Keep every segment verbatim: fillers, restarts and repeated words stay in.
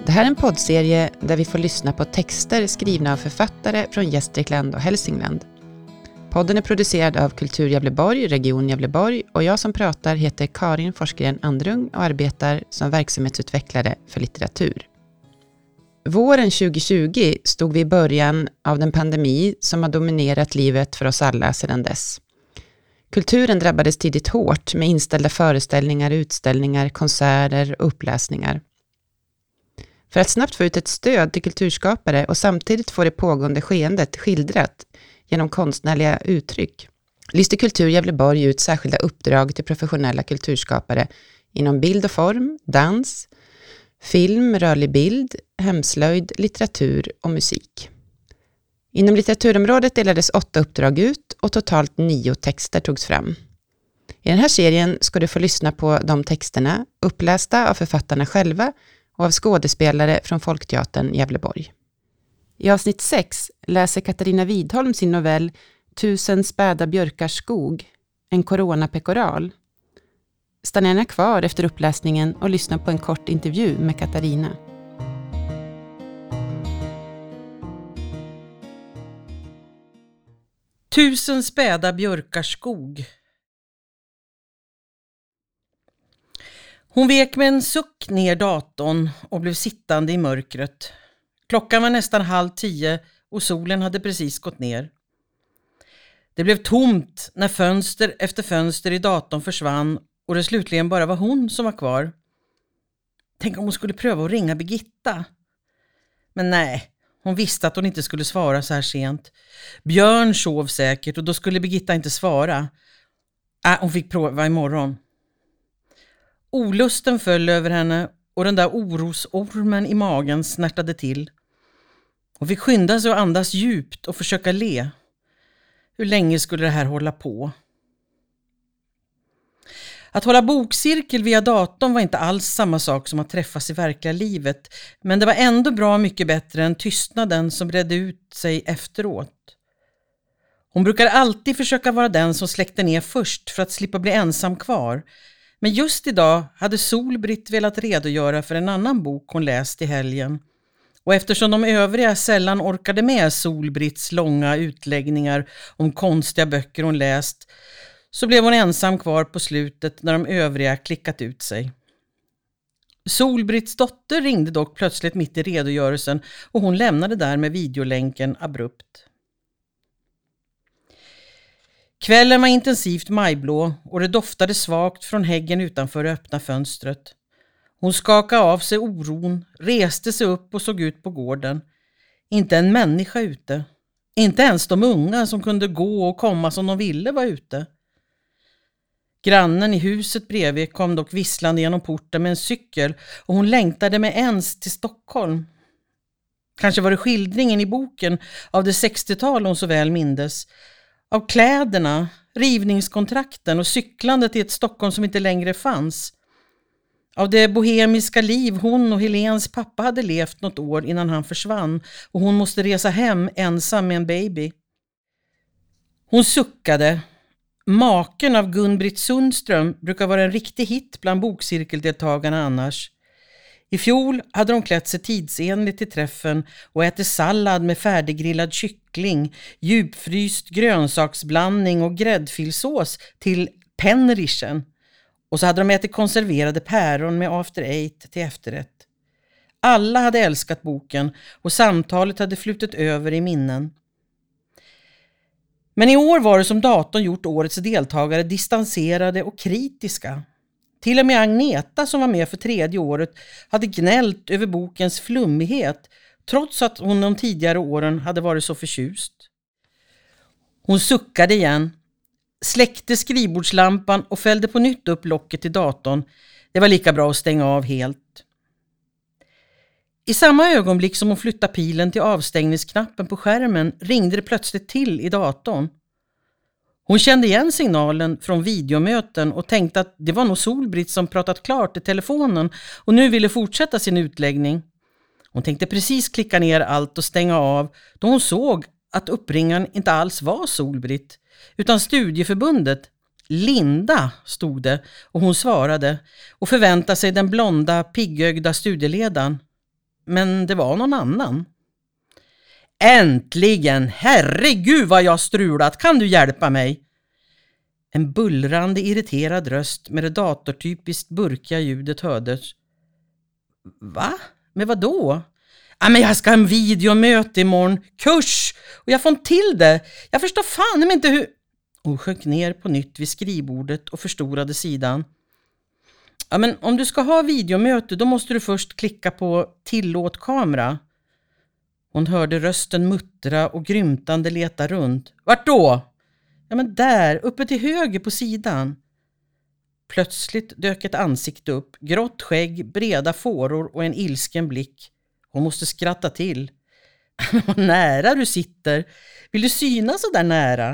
Det här är en poddserie där vi får lyssna på texter skrivna av författare från Gästrikland och Hälsingland. Podden är producerad av Kultur Gävleborg, Region Gävleborg, och jag som pratar heter Karin Forsgren Andrung och arbetar som verksamhetsutvecklare för litteratur. Våren tjugo tjugo stod vi i början av den pandemi som har dominerat livet för oss alla sedan dess. Kulturen drabbades tidigt hårt med inställda föreställningar, utställningar, konserter och uppläsningar. För att snabbt få ut ett stöd till kulturskapare och samtidigt få det pågående skeendet skildrat genom konstnärliga uttryck lyste Kultur Gävleborg ut särskilda uppdrag till professionella kulturskapare inom bild och form, dans, film, rörlig bild, hemslöjd, litteratur och musik. Inom litteraturområdet delades åtta uppdrag ut och totalt nio texter togs fram. I den här serien ska du få lyssna på de texterna upplästa av författarna själva och av skådespelare från Folkteatern Gävleborg. I avsnitt sex läser Katarina Widholm sin novell Tusen späda björkars skog, en coronapekoral. Stanna gärna kvar efter uppläsningen och lyssna på en kort intervju med Katarina. Tusen späda björkars skog. Hon vek med en suck ner datorn och blev sittande i mörkret. Klockan var nästan halv tio och solen hade precis gått ner. Det blev tomt när fönster efter fönster i datorn försvann och det slutligen bara var hon som var kvar. Tänk om hon skulle pröva att ringa Birgitta. Men nej, hon visste att hon inte skulle svara så här sent. Björn sov säkert och då skulle Birgitta inte svara. Äh, hon fick prova imorgon. Olusten föll över henne och den där orosormen i magen snärtade till. Hon fick skynda sig och andas djupt och försöka le. Hur länge skulle det här hålla på? Att hålla bokcirkel via datorn var inte alls samma sak som att träffas i verkliga livet, men det var ändå bra mycket bättre än tystnaden som bredde ut sig efteråt. Hon brukar alltid försöka vara den som släckte ner först för att slippa bli ensam kvar. Men just idag hade Solbritt velat redogöra för en annan bok hon läst i helgen. Och eftersom de övriga sällan orkade med Solbritts långa utläggningar om konstiga böcker hon läst, så blev hon ensam kvar på slutet när de övriga klickat ut sig. Solbritts dotter ringde dock plötsligt mitt i redogörelsen och hon lämnade där med videolänken abrupt. Kvällen var intensivt majblå och det doftade svagt från häggen utanför det öppna fönstret. Hon skakade av sig oron, reste sig upp och såg ut på gården. Inte en människa ute. Inte ens de unga som kunde gå och komma som de ville var ute. Grannen i huset bredvid kom dock visslande genom porten med en cykel och hon längtade med ens till Stockholm. Kanske var det skildringen i boken av det sextiotal hon så väl mindes. Av kläderna, rivningskontrakten och cyklandet i ett Stockholm som inte längre fanns. Av det bohemiska liv hon och Helens pappa hade levt något år innan han försvann och hon måste resa hem ensam med en baby. Hon suckade. Maken av Gun-Britt Sundström brukar vara en riktig hit bland bokcirkeldeltagarna annars. I fjol hade de klätt sig tidsenligt till träffen och ätit sallad med färdiggrillad kyckling, djupfryst grönsaksblandning och gräddfilsås till penrischen. Och så hade de ätit konserverade päron med after eight till efterrätt. Alla hade älskat boken och samtalet hade flutit över i minnen. Men i år var det som datorn gjort årets deltagare distanserade och kritiska. Till och med Agneta som var med för tredje året hade gnällt över bokens flummighet trots att hon de tidigare åren hade varit så förtjust. Hon suckade igen, släckte skrivbordslampan och fällde på nytt upp locket till datorn. Det var lika bra att stänga av helt. I samma ögonblick som hon flyttade pilen till avstängningsknappen på skärmen ringde det plötsligt till i datorn. Hon kände igen signalen från videomöten och tänkte att det var nog Solbritt som pratat klart i telefonen och nu ville fortsätta sin utläggning. Hon tänkte precis klicka ner allt och stänga av då hon såg att uppringaren inte alls var Solbritt utan studieförbundet. Linda stod det och hon svarade och förväntade sig den blonda, piggögda studieledaren. men det var någon annan. Äntligen! Herregud vad jag strulat! Kan du hjälpa mig? En bullrande, irriterad röst med det datortypiskt burkiga ljudet hördes. Va? Men vad då? Ja, men jag ska ha en videomöte imorgon. Kurs! Och jag får inte till det. Jag förstår fan men inte hur... Hon sjönk ner på nytt vid skrivbordet och förstorade sidan. Ja, men om du ska ha videomöte då måste du först klicka på tillåt kamera. Hon hörde rösten muttra och grymtande leta runt. Vart då? Ja, men där, uppe till höger på sidan. Plötsligt dök ett ansikte upp, grått skägg, breda fåror och en ilsken blick. Hon måste skratta till. Vad nära du sitter. Vill du synas så där nära?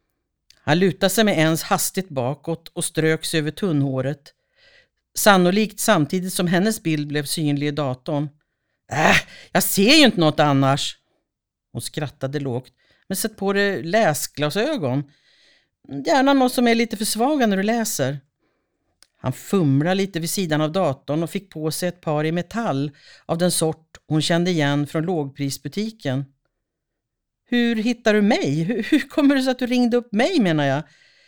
Han lutade sig med ens hastigt bakåt och ströks över tunnhåret. Sannolikt samtidigt som hennes bild blev synlig i datorn. Äh, jag ser ju inte något annars. Hon skrattade lågt. Men sätt på dig läsglasögon. Gärna något som är lite för svaga när du läser. Han fumlade lite vid sidan av datorn och fick på sig ett par i metall av den sort hon kände igen från lågprisbutiken. Hur hittar du mig? Hur, hur kommer det sig att du ringde upp mig menar jag?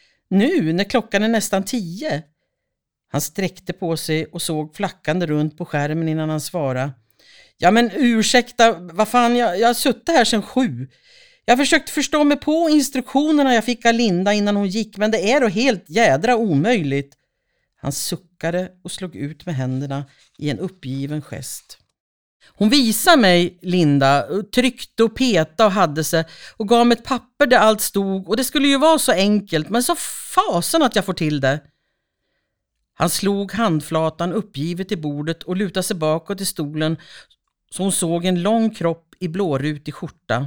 Nu när klockan är nästan tio. Han sträckte på sig och såg flackande runt på skärmen innan han svarade. Ja men ursäkta, vad fan, jag, jag har suttit här sedan sju. Jag försökt förstå mig på instruktionerna jag fick av Linda innan hon gick, men det är då helt jädra omöjligt. Han suckade och slog ut med händerna i en uppgiven gest. Hon visade mig, Linda, tryckte och petade och hade sig och gav mig ett papper där allt stod och det skulle ju vara så enkelt, men så fasen att jag får till det. Han slog handflatan uppgivet i bordet och lutade sig bakåt i stolen så hon såg en lång kropp i blårutig skjorta.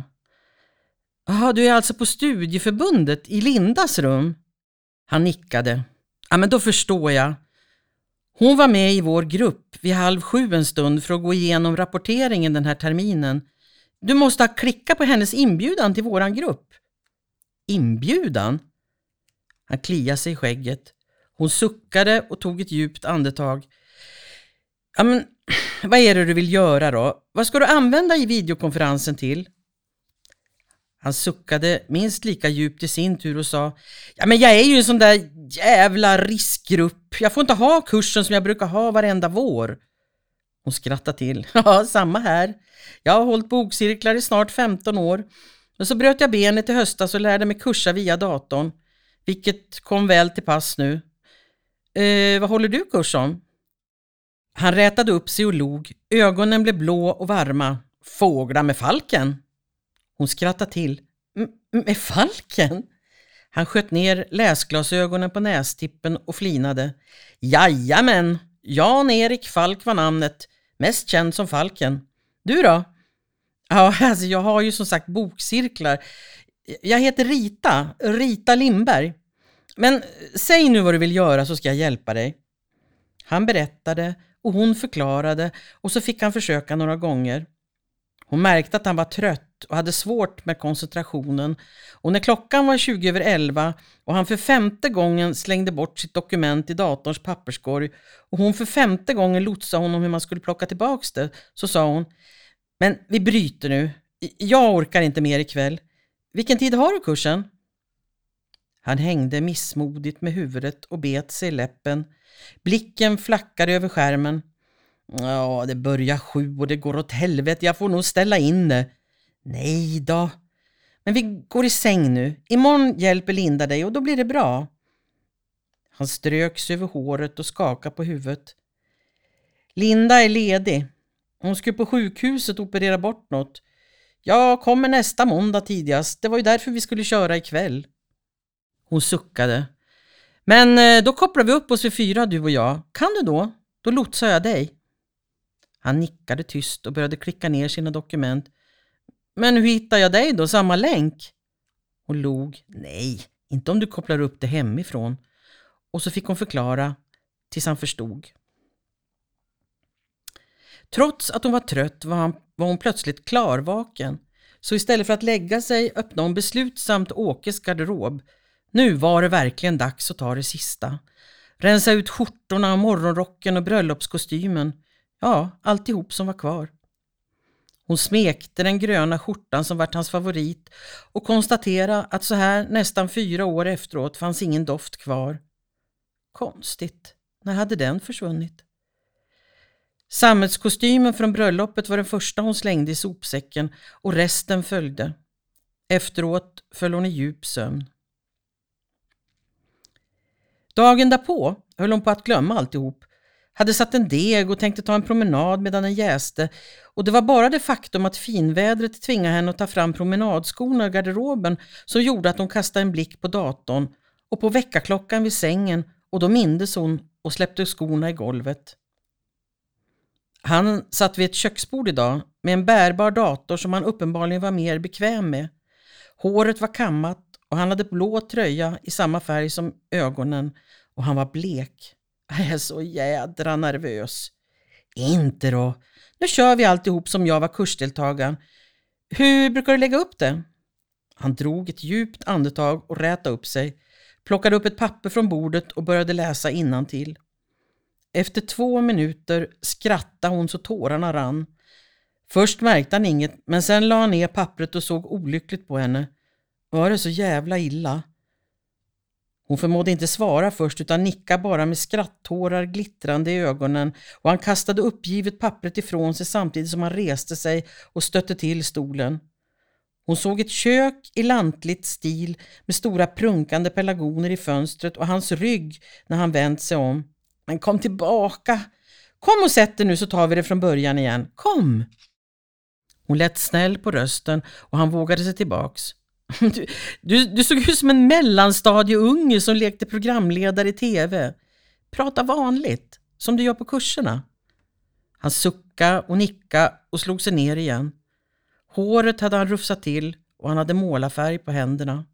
Jaha, du är alltså på studieförbundet i Lindas rum? Han nickade. Ja, men då förstår jag. Hon var med i vår grupp vid halv sju en stund för att gå igenom rapporteringen den här terminen. Du måste ha klickat på hennes inbjudan till våran grupp. Inbjudan? Han kliade sig i skägget. Hon suckade och tog ett djupt andetag. Ja, men vad är det du vill göra då? Vad ska du använda i videokonferensen till? Han suckade minst lika djupt i sin tur och sa. Ja, men jag är ju en sån där jävla riskgrupp. Jag får inte ha kursen som jag brukar ha varenda vår. Hon skrattade till. Ja, samma här. Jag har hållit bokcirklar i snart femton år. Och så bröt jag benet i höstas och lärde mig kursa via datorn. Vilket kom väl till pass nu. Eh, vad håller du kurs om? Han rätade upp sig och log. Ögonen blev blå och varma. Fåglar med falken. Hon skrattade till. M- med falken? Han sköt ner läsglasögonen på nästippen och flinade. Jajamän, Jan-Erik Falk var namnet. Mest känd som Falken. Du då? Ja, alltså jag har ju som sagt bokcirklar. Jag heter Rita, Rita Lindberg. Men säg nu vad du vill göra så ska jag hjälpa dig. Han berättade och hon förklarade och så fick han försöka några gånger. Hon märkte att han var trött och hade svårt med koncentrationen och när klockan var tjugo över elva och han för femte gången slängde bort sitt dokument i datorns papperskorg och hon för femte gången lotsade honom hur man skulle plocka tillbaka det, så sa hon: men vi bryter nu, jag orkar inte mer ikväll. Vilken tid har du kursen? Han hängde missmodigt med huvudet och bet sig i läppen. Blicken flackade över skärmen. Ja, det börjar sju och det går åt helvete. Jag får nog ställa in det. Nej då. Men vi går i säng nu. Imorgon hjälper Linda dig och då blir det bra. Han ströks över håret och skakade på huvudet. Linda är ledig. Hon skulle på sjukhuset operera bort något. Jag kommer nästa måndag tidigast. Det var ju därför vi skulle köra ikväll. Hon suckade. Men då kopplar vi upp oss vid fyra, du och jag. Kan du då? Då lotsar jag dig. Han nickade tyst och började klicka ner sina dokument. Men hur hittar jag dig då? Samma länk? Hon log. Nej, inte om du kopplar upp det hemifrån. Och så fick hon förklara tills han förstod. Trots att hon var trött var, han, var hon plötsligt klarvaken. Så istället för att lägga sig öppnade hon beslutsamt Åkes garderob. Nu var det verkligen dags att ta det sista. Rensa ut skjortorna, morgonrocken och bröllopskostymen. Ja, alltihop som var kvar. Hon smekte den gröna skjortan som varit hans favorit och konstaterade att så här nästan fyra år efteråt fanns ingen doft kvar. Konstigt, när hade den försvunnit? Sammetskostymen från bröllopet var den första hon slängde i sopsäcken och resten följde. Efteråt föll hon i djup sömn. Dagen därpå höll hon på att glömma alltihop. Hade satt en deg och tänkte ta en promenad medan den jäste, och det var bara det faktum att finvädret tvingade henne att ta fram promenadskorna i garderoben som gjorde att hon kastade en blick på datorn och på väckarklockan vid sängen, och då mindes hon och släppte skorna i golvet. Han satt vid ett köksbord idag med en bärbar dator som han uppenbarligen var mer bekväm med. Håret var kammat och han hade blå tröja i samma färg som ögonen, och han var blek. Jag är så jädra nervös. Inte då. Nu kör vi alltihop som jag var kursdeltagaren. Hur brukar du lägga upp det? Han drog ett djupt andetag och rätade upp sig. Plockade upp ett papper från bordet och började läsa innantill. Efter två minuter skrattade hon så tårarna rann. Först märkte han inget, men sen la han ner pappret och såg olyckligt på henne. Var det så jävla illa? Hon förmådde inte svara först utan nicka bara med skratttårar glittrande i ögonen, och han kastade uppgivet pappret ifrån sig samtidigt som han reste sig och stötte till stolen. Hon såg ett kök i lantligt stil med stora prunkande pelargoner i fönstret och hans rygg när han vänt sig om. Men kom tillbaka! Kom och sätt dig nu så tar vi det från början igen. Kom! Hon lät snäll på rösten och han vågade sig tillbaks. Du, du, du såg ut som en mellanstadieunge som lekte programledare i tv. Prata vanligt, som du gör på kurserna. Han suckade och nickade och slog sig ner igen. Håret hade han rufsat till och han hade målarfärg på händerna.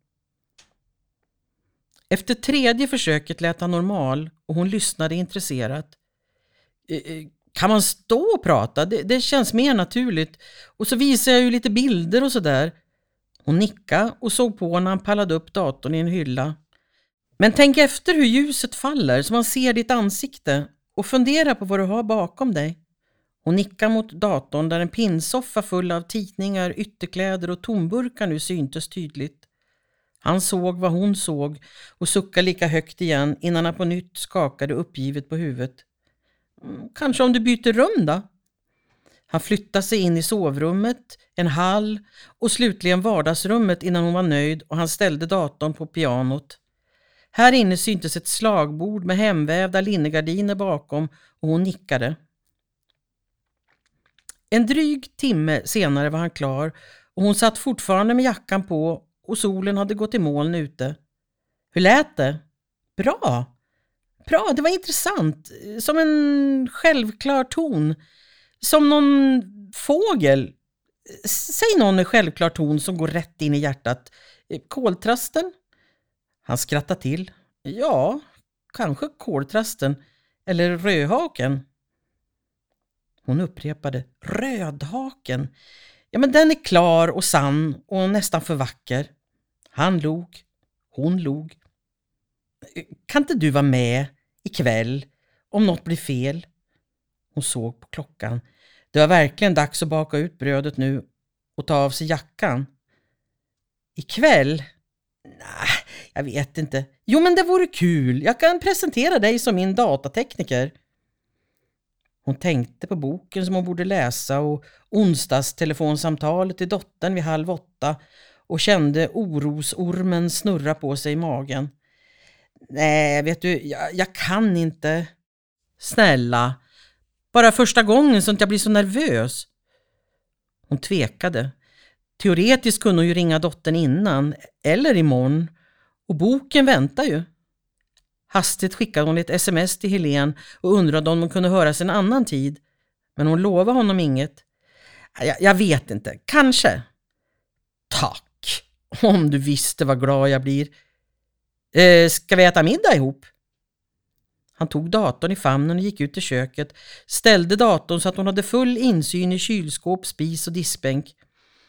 Efter tredje försöket lät han normal och hon lyssnade intresserat. Kan man stå och prata? Det, det känns mer naturligt. Och så visar jag ju lite bilder och sådär. Hon nickade och såg på när han pallade upp datorn i en hylla. Men tänk efter hur ljuset faller så man ser ditt ansikte och fundera på vad du har bakom dig. Hon nickade mot datorn där en pinnsoffa full av tidningar, ytterkläder och tomburkar nu syntes tydligt. Han såg vad hon såg och suckade lika högt igen innan han på nytt skakade uppgivet på huvudet. Kanske om du byter rum då? Han flyttade sig in i sovrummet, en hall och slutligen vardagsrummet innan hon var nöjd, och han ställde datorn på pianot. Här inne syntes ett slagbord med hemvävda linnegardiner bakom och hon nickade. En dryg timme senare var han klar och hon satt fortfarande med jackan på och solen hade gått i moln ute. Hur lät det? Bra! Bra, det var intressant. Som en självklar ton. Som någon fågel. Säg någon självklar ton som går rätt in i hjärtat. Koltrasten? Han skrattade till. Ja, kanske koltrasten. Eller rödhaken. Hon upprepade. Rödhaken. Ja, men den är klar och sann och nästan för vacker. Han log. Hon log. Kan inte du vara med ikväll om något blir fel? Hon såg på klockan. Det var verkligen dags att baka ut brödet nu och ta av sig jackan. Ikväll? Nej, jag vet inte. Jo, men det vore kul. Jag kan presentera dig som min datatekniker. Hon tänkte på boken som hon borde läsa och onsdagstelefonsamtalet till dottern vid halv åtta och kände orosormen snurra på sig i magen. Nej, vet du, jag, jag kan inte. Snälla, bara första gången så att jag blir så nervös. Hon tvekade. Teoretiskt kunde hon ju ringa dottern innan eller imorgon. Och boken väntar ju. Hastigt skickade hon ett sms till Helen och undrade om hon kunde höras en annan tid. Men hon lovade honom inget. Jag, jag vet inte, kanske. Tack, om du visste vad glad jag blir. Eh, ska vi äta middag ihop? Han tog datorn i famnen och gick ut i köket. Ställde datorn så att hon hade full insyn i kylskåp, spis och diskbänk.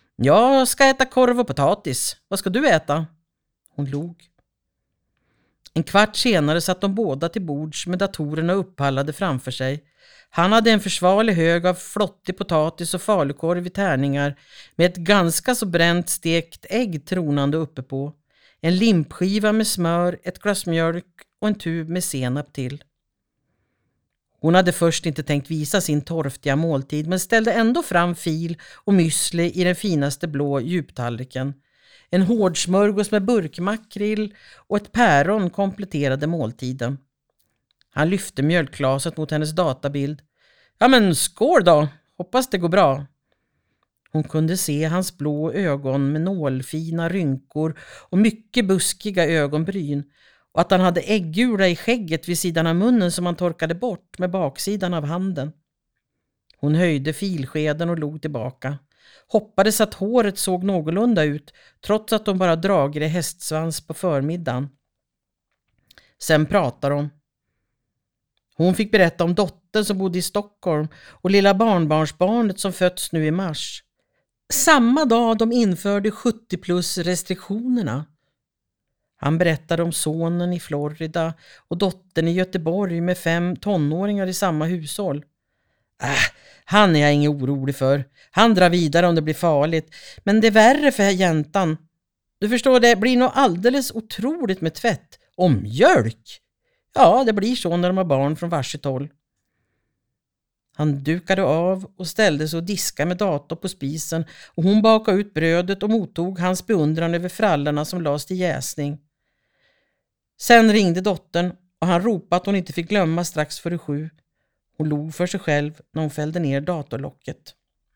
Jag ska äta korv och potatis. Vad ska du äta? Hon log. En kvart senare satt de båda till bords med datorerna upphallade framför sig. Han hade en försvarlig hög av flottig potatis och falukorv i tärningar med ett ganska så bränt stekt ägg tronande uppe på. En limpskiva med smör, ett glas mjölk och en tub med senap till. Hon hade först inte tänkt visa sin torftiga måltid men ställde ändå fram fil och müsli i den finaste blå djuptallriken. En hårdsmörgås med burkmakrill och ett päron kompletterade måltiden. Han lyfte mjölkglaset mot hennes databild. Ja men skål då, hoppas det går bra. Hon kunde se hans blå ögon med nålfina rynkor och mycket buskiga ögonbryn och att han hade äggula i skägget vid sidan av munnen som han torkade bort med baksidan av handen. Hon höjde filskeden och log tillbaka. Hoppades att håret såg någorlunda ut trots att de bara dragit hästsvans på förmiddagen. Sen pratade de. Hon fick berätta om dottern som bodde i Stockholm och lilla barnbarnsbarnet som fötts nu i mars. Samma dag de införde sjuttio plus restriktionerna. Han berättade om sonen i Florida och dottern i Göteborg med fem tonåringar i samma hushåll. Äh, han är jag ingen orolig för. Han drar vidare om det blir farligt. Men det är värre för jäntan. Du förstår, det blir nog alldeles otroligt med tvätt. Och mjölk! Ja, det blir så när de har barn från varsitt håll. Han dukade av och ställde sig och diskade med dator på spisen och hon bakade ut brödet och mottog hans beundran över frallorna som lades till jäsning. Sen ringde dottern och han ropade att hon inte fick glömma strax före sju. Hon log för sig själv när hon fällde ner datorlocket.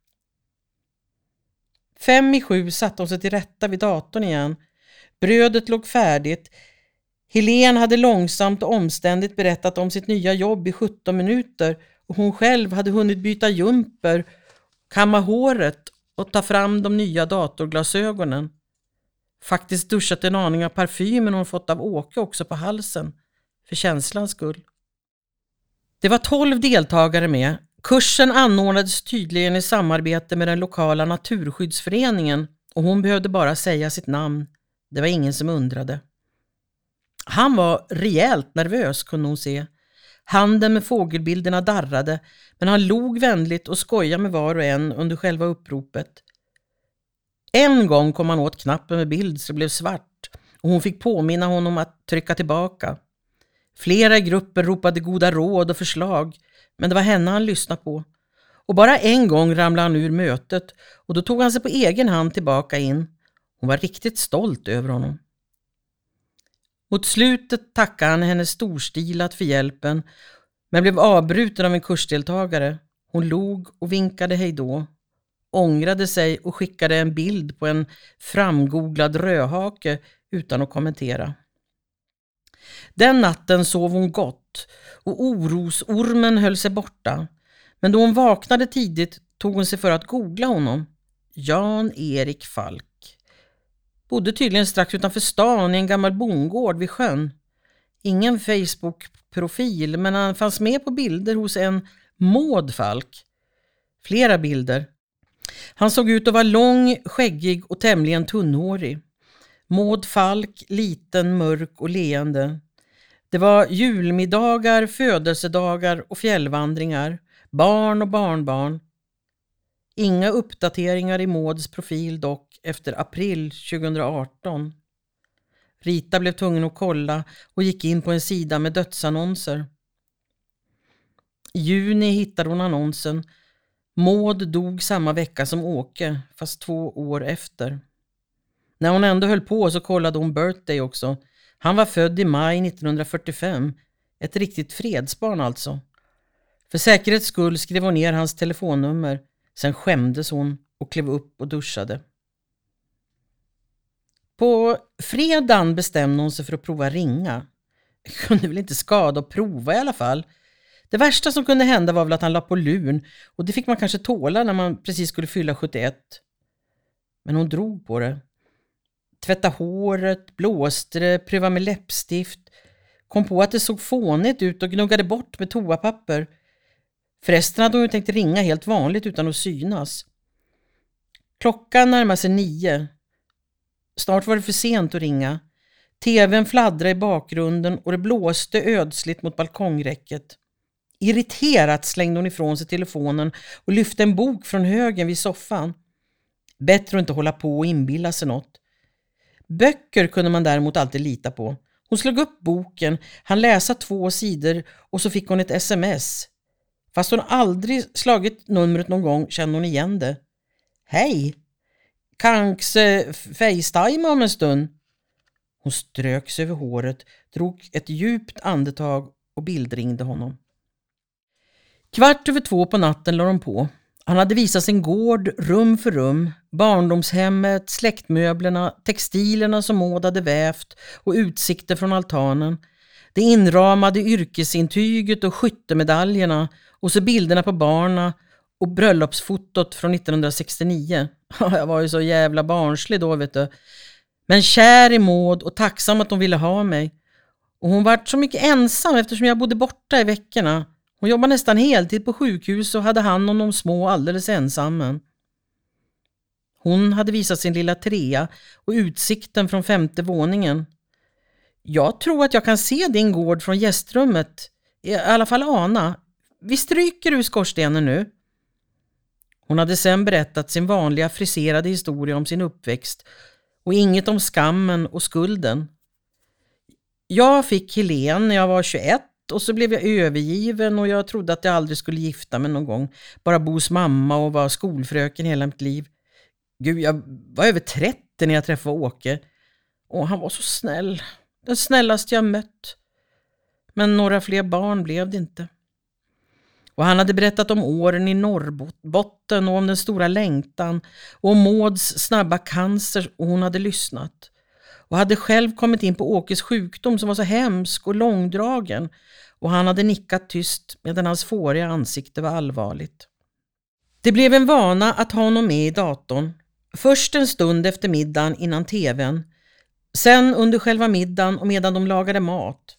Fem i sju satte hon sig till rätta vid datorn igen. Brödet låg färdigt. Helene hade långsamt och omständigt berättat om sitt nya jobb i sjutton minuter och hon själv hade hunnit byta jumper, kamma håret och ta fram de nya datorglasögonen. Faktiskt duschat en aning av parfymen hon fått av Åke också på halsen, för känslans skull. Det var tolv deltagare med. Kursen anordnades tydligen i samarbete med den lokala naturskyddsföreningen och hon behövde bara säga sitt namn. Det var ingen som undrade. Han var rejält nervös, kunde hon se. Handen med fågelbilderna darrade, men han log vänligt och skojade med var och en under själva uppropet. En gång kom han åt knappen med bild så det blev svart och hon fick påminna honom att trycka tillbaka. Flera grupper ropade goda råd och förslag, men det var henne han lyssnade på. Och bara en gång ramlade han ur mötet och då tog han sig på egen hand tillbaka in. Hon var riktigt stolt över honom. Mot slutet tackade han henne storstilat för hjälpen, men blev avbruten av en kursdeltagare. Hon log och vinkade hej då, ångrade sig och skickade en bild på en framgooglad rödhake utan att kommentera. Den natten sov hon gott och orosormen höll sig borta. Men då hon vaknade tidigt tog hon sig för att googla honom. Jan-Erik Falk. Bodde tydligen strax utanför stan i en gammal bondgård vid sjön. Ingen Facebook-profil, men han fanns med på bilder hos en Maud Falk. Flera bilder. Han såg ut att vara lång, skäggig och tämligen tunnhårig. Maud Falk, liten, mörk och leende. Det var julmiddagar, födelsedagar och fjällvandringar. Barn och barnbarn. Inga uppdateringar i Mauds profil dock efter april tjugoarton. Rita blev tvungen att kolla och gick in på en sida med dödsannonser. I juni hittade hon annonsen. Maud dog samma vecka som Åke, fast två år efter. När hon ändå höll på så kollade hon birthday också. Han var född i maj nittonhundrafyrtiofem. Ett riktigt fredsbarn alltså. För säkerhets skull skrev hon ner hans telefonnummer. Sen skämdes hon och klev upp och duschade. På fredagen bestämde hon sig för att prova ringa. Kunde väl inte skada att prova i alla fall. Det värsta som kunde hända var väl att han la på luren. Och det fick man kanske tåla när man precis skulle fylla sjuttioett. Men hon drog på det. Tvätta håret, blåste det, pröva med läppstift. Kom på att det såg fånigt ut och gnuggade bort med toapapper. Förresten hade hon ju tänkt ringa helt vanligt utan att synas. Klockan närmade sig nio. Snart var det för sent att ringa. Tvn fladdrade i bakgrunden och det blåste ödsligt mot balkongräcket. Irriterat slängde hon ifrån sig telefonen och lyfte en bok från högen vid soffan. Bättre att inte hålla på och inbilla sig något. Böcker kunde man däremot alltid lita på. Hon slog upp boken, han läsa två sidor och så fick hon ett sms. Fast hon aldrig slagit numret någon gång kände hon igen det. Hej, kanske FaceTime om en stund. Hon ströks över håret, drog ett djupt andetag och bildringde honom. Kvart över två på natten lade de på. Han hade visat sin gård rum för rum, barndomshemmet, släktmöblerna, textilerna som Maud hade vävt och utsikter från altanen. Det inramade yrkesintyget och skyttemedaljerna och så bilderna på barna och bröllopsfotot från nittonhundrasextionio. Jag var ju så jävla barnslig då, vet du. Men kär i Maud och tacksam att hon ville ha mig. Och hon var så mycket ensam eftersom jag bodde borta i veckorna. Hon jobbade nästan heltid på sjukhus och hade hand om de små alldeles ensamma. Hon hade visat sin lilla trea och utsikten från femte våningen. Jag tror att jag kan se din gård från gästrummet. I alla fall ana. Vi stryker ur skorstenen nu. Hon hade sen berättat sin vanliga friserade historia om sin uppväxt och inget om skammen och skulden. Jag fick Helen när jag var tjugoett och så blev jag övergiven och jag trodde att jag aldrig skulle gifta mig någon gång. Bara bo hos mamma och vara skolfröken hela mitt liv. Gud, jag var över trettio när jag träffade Åke. Och han var så snäll. Den snällaste jag mött. Men några fler barn blev det inte. Och han hade berättat om åren i Norrbotten och om den stora längtan och om Mauds snabba cancer och hon hade lyssnat. Och hade själv kommit in på Åkes sjukdom som var så hemsk och långdragen och han hade nickat tyst medan hans fåriga ansikte var allvarligt. Det blev en vana att ha honom med i datorn. Först en stund efter middagen innan tvn. Sen under själva middagen och medan de lagade mat.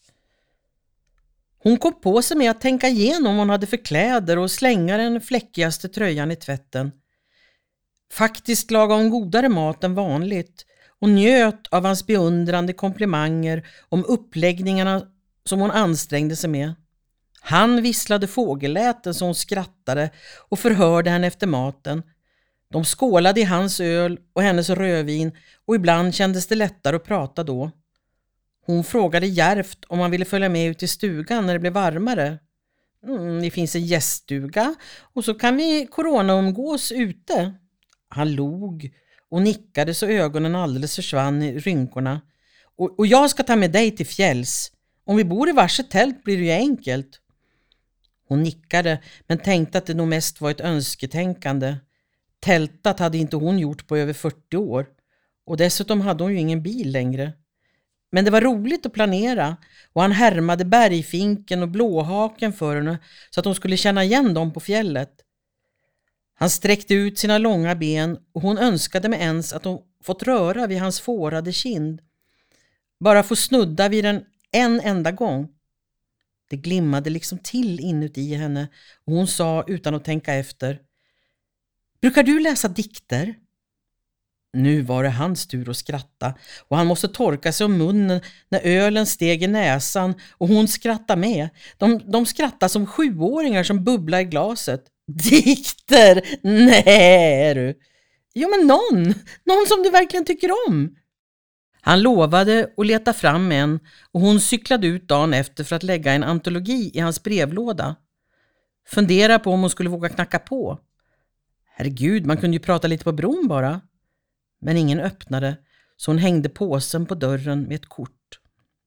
Hon kom på sig med att tänka igenom vad hon hade för kläder och slänga den fläckigaste tröjan i tvätten. Faktiskt lagade hon godare mat än vanligt och njöt av hans beundrande komplimanger om uppläggningarna som hon ansträngde sig med. Han visslade fågelläten så hon skrattade och förhörde henne efter maten. De skålade i hans öl och hennes rödvin och ibland kändes det lättare att prata då. Hon frågade djärvt om han ville följa med ut i stugan när det blev varmare. Mm, det finns en gäststuga och så kan vi coronaumgås ute. Han log och nickade så ögonen alldeles försvann i rynkorna. Och, och jag ska ta med dig till fjälls. Om vi bor i varsitt tält blir det ju enkelt. Hon nickade men tänkte att det nog mest var ett önsketänkande. Tältat hade inte hon gjort på över fyrtio år. Och dessutom hade hon ju ingen bil längre. Men det var roligt att planera och han härmade bergfinken och blåhaken för henne så att hon skulle känna igen dem på fjället. Han sträckte ut sina långa ben och hon önskade med ens att hon fått röra vid hans fårade kind. Bara få snudda vid den en enda gång. Det glimmade liksom till inuti henne och hon sa utan att tänka efter: Brukar du läsa dikter? Nu var det hans tur att skratta och han måste torka sig om munnen när ölen steg i näsan och hon skrattade med. De, de skrattade som sjuåringar som bubblar i glaset. Dikter? Nej du. Jo men någon. Någon som du verkligen tycker om. Han lovade att leta fram en och hon cyklade ut dagen efter för att lägga en antologi i hans brevlåda. Fundera på om hon skulle våga knacka på. Herregud, man kunde ju prata lite på bron bara. Men ingen öppnade så hon hängde påsen på dörren med ett kort.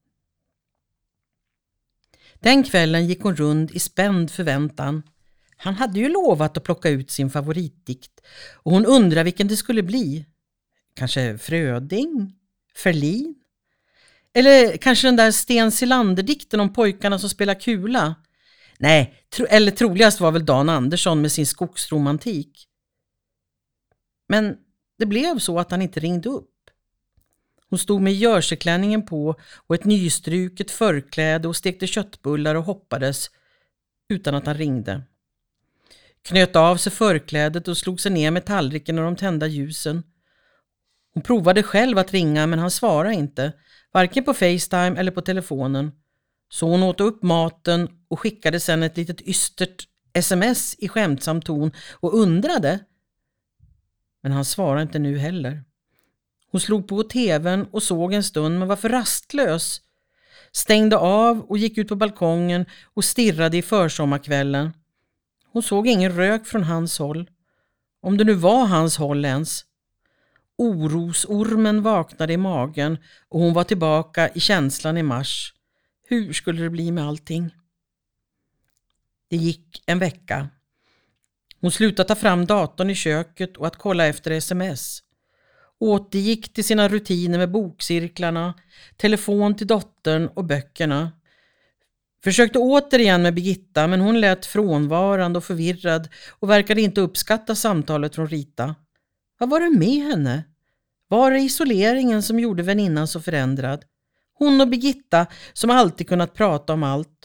Den kvällen gick hon rund i spänd förväntan. Han hade ju lovat att plocka ut sin favoritdikt och hon undrade vilken det skulle bli. Kanske Fröding? Ferlin? Eller kanske den där Sten Silander-dikten om pojkarna som spelar kula? Nej, tro- eller troligast var väl Dan Andersson med sin skogsromantik. Men det blev så att han inte ringde upp. Hon stod med görseklänningen på och ett nystruket förkläde och stekte köttbullar och hoppades utan att han ringde. Knöt av sig förklädet och slog sig ner med tallriken och de tända ljusen. Hon provade själv att ringa men han svarade inte. varken på FaceTime eller på telefonen. Så hon åt upp maten och skickade sedan ett litet ystert sms i skämtsam ton och undrade. Men han svarade inte nu heller. Hon slog på tvn och såg en stund men var för rastlös. Stängde av och gick ut på balkongen och stirrade i försommarkvällen. Hon såg ingen rök från hans håll. Om det nu var hans håll ens. Orosormen vaknade i magen och hon var tillbaka i känslan i mars. Hur skulle det bli med allting? Det gick en vecka. Hon slutade ta fram datorn i köket och att kolla efter sms. Återgick till sina rutiner med bokcirklarna, telefon till dottern och böckerna. Försökte återigen med Birgitta men hon lät frånvarande och förvirrad och verkade inte uppskatta samtalet från Rita. Vad var det med henne? Var det isoleringen som gjorde väninnan så förändrad? Hon och Birgitta som alltid kunnat prata om allt.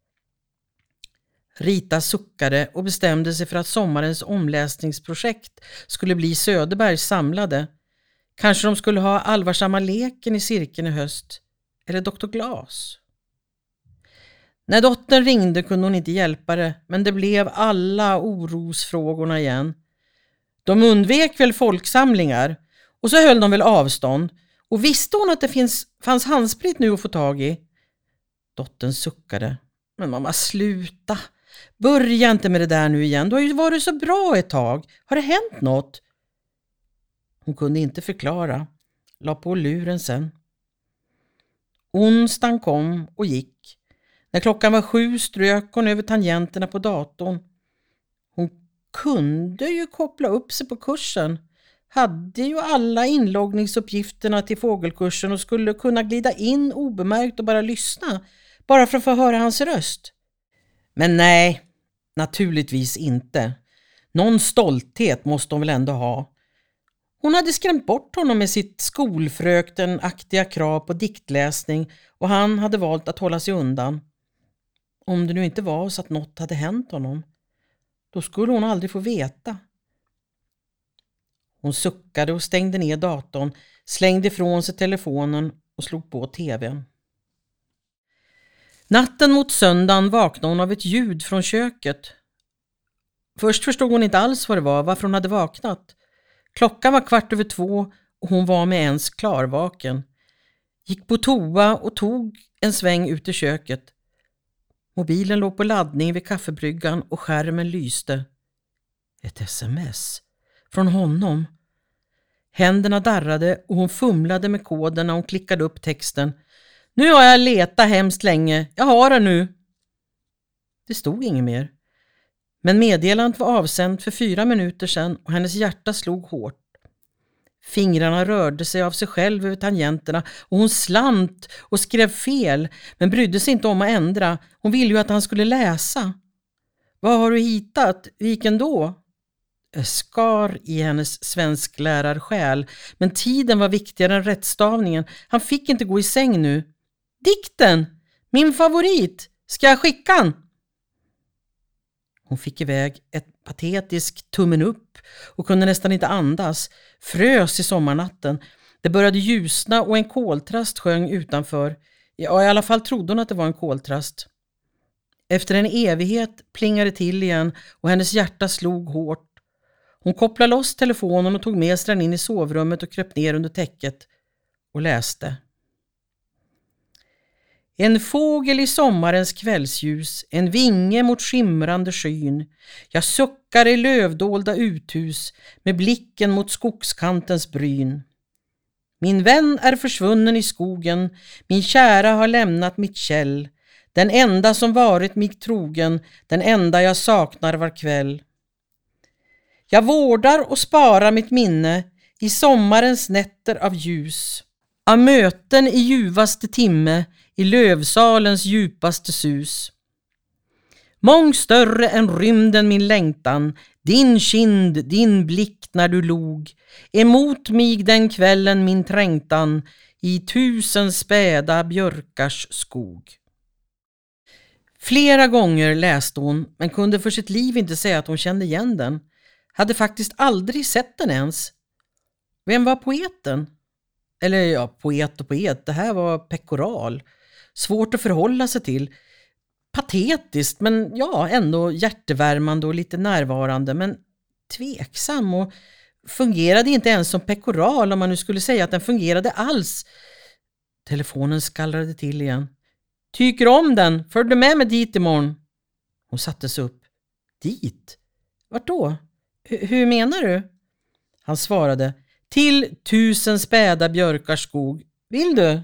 Rita suckade och bestämde sig för att sommarens omläsningsprojekt skulle bli Söderbergs samlade. Kanske de skulle ha allvarsamma leken i cirkeln i höst. Eller doktor Glas. När dottern ringde kunde hon inte hjälpa det, men det blev alla orosfrågorna igen. De undvek väl folksamlingar och så höll de väl avstånd. Och visste hon att det finns, fanns handsprit nu att få tag i? Dottern suckade. Men mamma, sluta. Börja inte med det där nu igen. Du har ju varit så bra ett tag. Har det hänt något? Hon kunde inte förklara. La på luren sen. Onsdagen kom och gick. När klockan var sju strök hon över tangenterna på datorn. Hon kunde ju koppla upp sig på kursen. Hade ju alla inloggningsuppgifterna till fågelkursen och skulle kunna glida in obemärkt och bara lyssna. Bara för att få höra hans röst. Men nej, naturligtvis inte. Någon stolthet måste hon väl ändå ha. Hon hade skrämt bort honom med sitt skolfröktenaktiga krav på diktläsning och han hade valt att hålla sig undan. Om det nu inte var så att något hade hänt honom, då skulle hon aldrig få veta. Hon suckade och stängde ner datorn, slängde ifrån sig telefonen och slog på tvn. Natten mot söndagen vaknade hon av ett ljud från köket. Först förstod hon inte alls vad det var, varför hon hade vaknat. Klockan var kvart över två och hon var med ens klarvaken. Gick på toa och tog en sväng ut i köket. Mobilen låg på laddning vid kaffebryggan och skärmen lyste. Ett sms från honom. Händerna darrade och hon fumlade med koden när hon klickade upp texten. Nu har jag letat hemskt länge. Jag har det nu. Det stod inget mer. Men meddelandet var avsänt för fyra minuter sedan och hennes hjärta slog hårt. Fingrarna rörde sig av sig själv över tangenterna och hon slant och skrev fel men brydde sig inte om att ändra. Hon ville ju att han skulle läsa. Vad har du hittat? Vilken då? Skar i hennes svensklärarsjäl, men tiden var viktigare än rättstavningen. Han fick inte gå i säng nu. Dikten! Min favorit! Ska jag skicka den? Hon fick iväg ett patetisk tummen upp och kunde nästan inte andas. Frös i sommarnatten. Det började ljusna och en koltrast sjöng utanför. Ja, i alla fall trodde hon att det var en koltrast. Efter en evighet plingade till igen och hennes hjärta slog hårt. Hon kopplade loss telefonen och tog med sig den in i sovrummet och kröp ner under täcket och läste. En fågel i sommarens kvällsljus, en vinge mot skimrande skyn. Jag suckar i lövdolda uthus med blicken mot skogskantens bryn. Min vän är försvunnen i skogen, min kära har lämnat mitt käll. Den enda som varit mig trogen, den enda jag saknar var kväll. Jag vårdar och sparar mitt minne i sommarens nätter av ljus. Av möten i ljuvaste timme, i lövsalens djupaste sus. Mång större än rymden min längtan, din kind, din blick när du log. Emot mig den kvällen min trängtan, i tusen späda björkars skog. Flera gånger läste hon, men kunde för sitt liv inte säga att hon kände igen den. Hade faktiskt aldrig sett den ens. Vem var poeten? Eller ja, poet och poet, det här var pekoral. Svårt att förhålla sig till. Patetiskt, men ja, ändå hjärtevärmande och lite närvarande, men tveksam och fungerade inte ens som pekoral om man nu skulle säga att den fungerade alls. Telefonen skallrade till igen. Tycker om den, följ med mig dit imorgon. Hon satte sig upp. Dit? Vart då? H- hur menar du? Han svarade. Till tusen späda björkars skog. Vill du?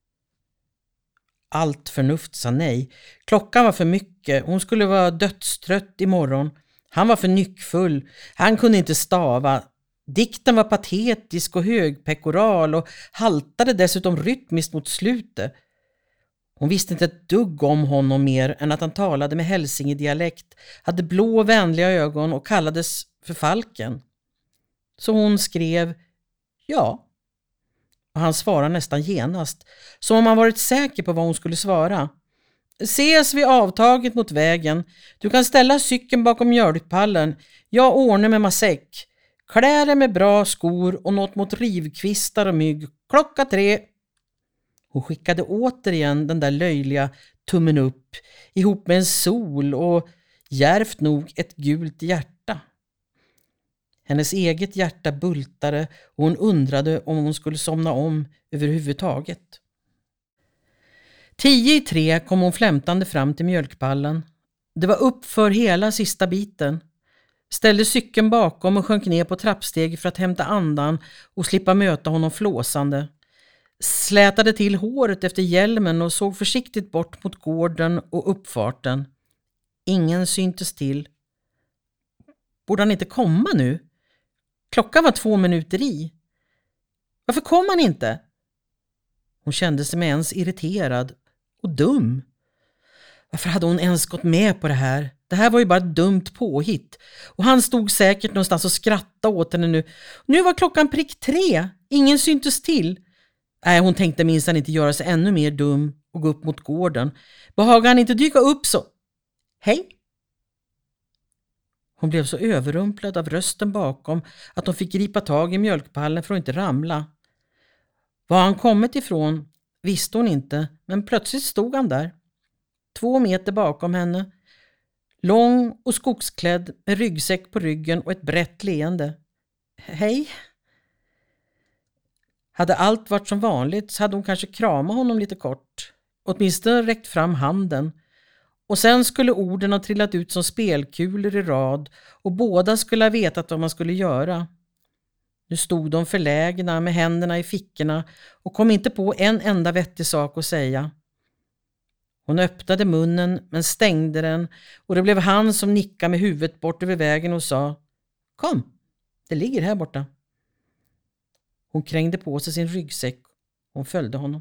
Allt förnuft sa nej. Klockan var för mycket. Hon skulle vara dödstrött imorgon. Han var för nyckfull. Han kunde inte stava. Dikten var patetisk och högpekoral och haltade dessutom rytmiskt mot slutet. Hon visste inte ett dugg om honom mer än att han talade med hälsingedialekt, hade blå vänliga ögon och kallades för Falken. Så hon skrev ja. Och han svarade nästan genast, som om han varit säker på vad hon skulle svara. Ses vid avtaget mot vägen. Du kan ställa cykeln bakom mjölkpallen. Jag ordnar med massäck. Klä dig med bra skor och något mot rivkvistar och mygg. Klocka tre. Hon skickade återigen den där löjliga tummen upp ihop med en sol och djärvt nog ett gult hjärta. Hennes eget hjärta bultade och hon undrade om hon skulle somna om överhuvudtaget. Tio i tre kom hon flämtande fram till mjölkpallen. Det var upp för hela sista biten. Ställde cykeln bakom och sjönk ner på trappsteg för att hämta andan och slippa möta honom flåsande. Slätade till håret efter hjälmen och såg försiktigt bort mot gården och uppfarten. Ingen syntes till. Borde han inte komma nu? Klockan var två minuter i. Varför kom han inte? Hon kände sig med ens irriterad och dum. Varför hade hon ens gått med på det här? Det här var ju bara ett dumt påhitt. Och han stod säkert någonstans och skrattade åt henne nu. Nu var klockan prick tre. Ingen syntes till. Nej, hon tänkte minsann inte göra sig ännu mer dum och gå upp mot gården. Behagade han inte dyka upp så... Hej! Hon blev så överrumplad av rösten bakom att hon fick gripa tag i mjölkpallen för att inte ramla. Var han kommit ifrån visste hon inte, men plötsligt stod han där. Två meter bakom henne. Lång och skogsklädd med ryggsäck på ryggen och ett brett leende. Hej! Hade allt varit som vanligt så hade hon kanske kramat honom lite kort. Åtminstone räckt fram handen. Och sen skulle orden ha trillat ut som spelkulor i rad och båda skulle ha vetat vad man skulle göra. Nu stod de förlägna med händerna i fickorna och kom inte på en enda vettig sak att säga. Hon öppnade munnen men stängde den och det blev han som nickade med huvudet bort över vägen och sa: Kom, det ligger här borta. Hon krängde på sig sin ryggsäck. Hon följde honom.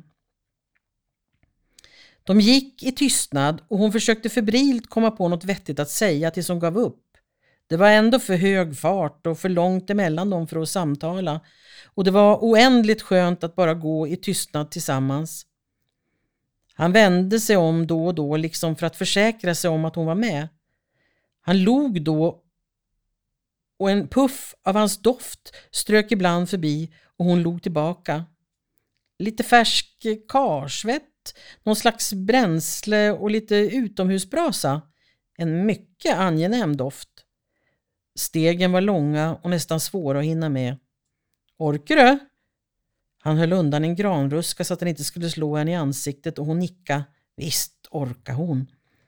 De gick i tystnad och hon försökte febrilt komma på något vettigt att säga tills hon gav upp. Det var ändå för hög fart och för långt emellan dem för att samtala. Och det var oändligt skönt att bara gå i tystnad tillsammans. Han vände sig om då och då liksom för att försäkra sig om att hon var med. Han log då och en puff av hans doft strök ibland förbi och hon log tillbaka. Lite färsk karsvett, någon slags bränsle och lite utomhusbrasa. En mycket angenäm doft. Stegen var långa och nästan svåra att hinna med. Orkar du? Han höll undan en granruska så att den inte skulle slå henne i ansiktet och hon nickade. Visst orkar hon.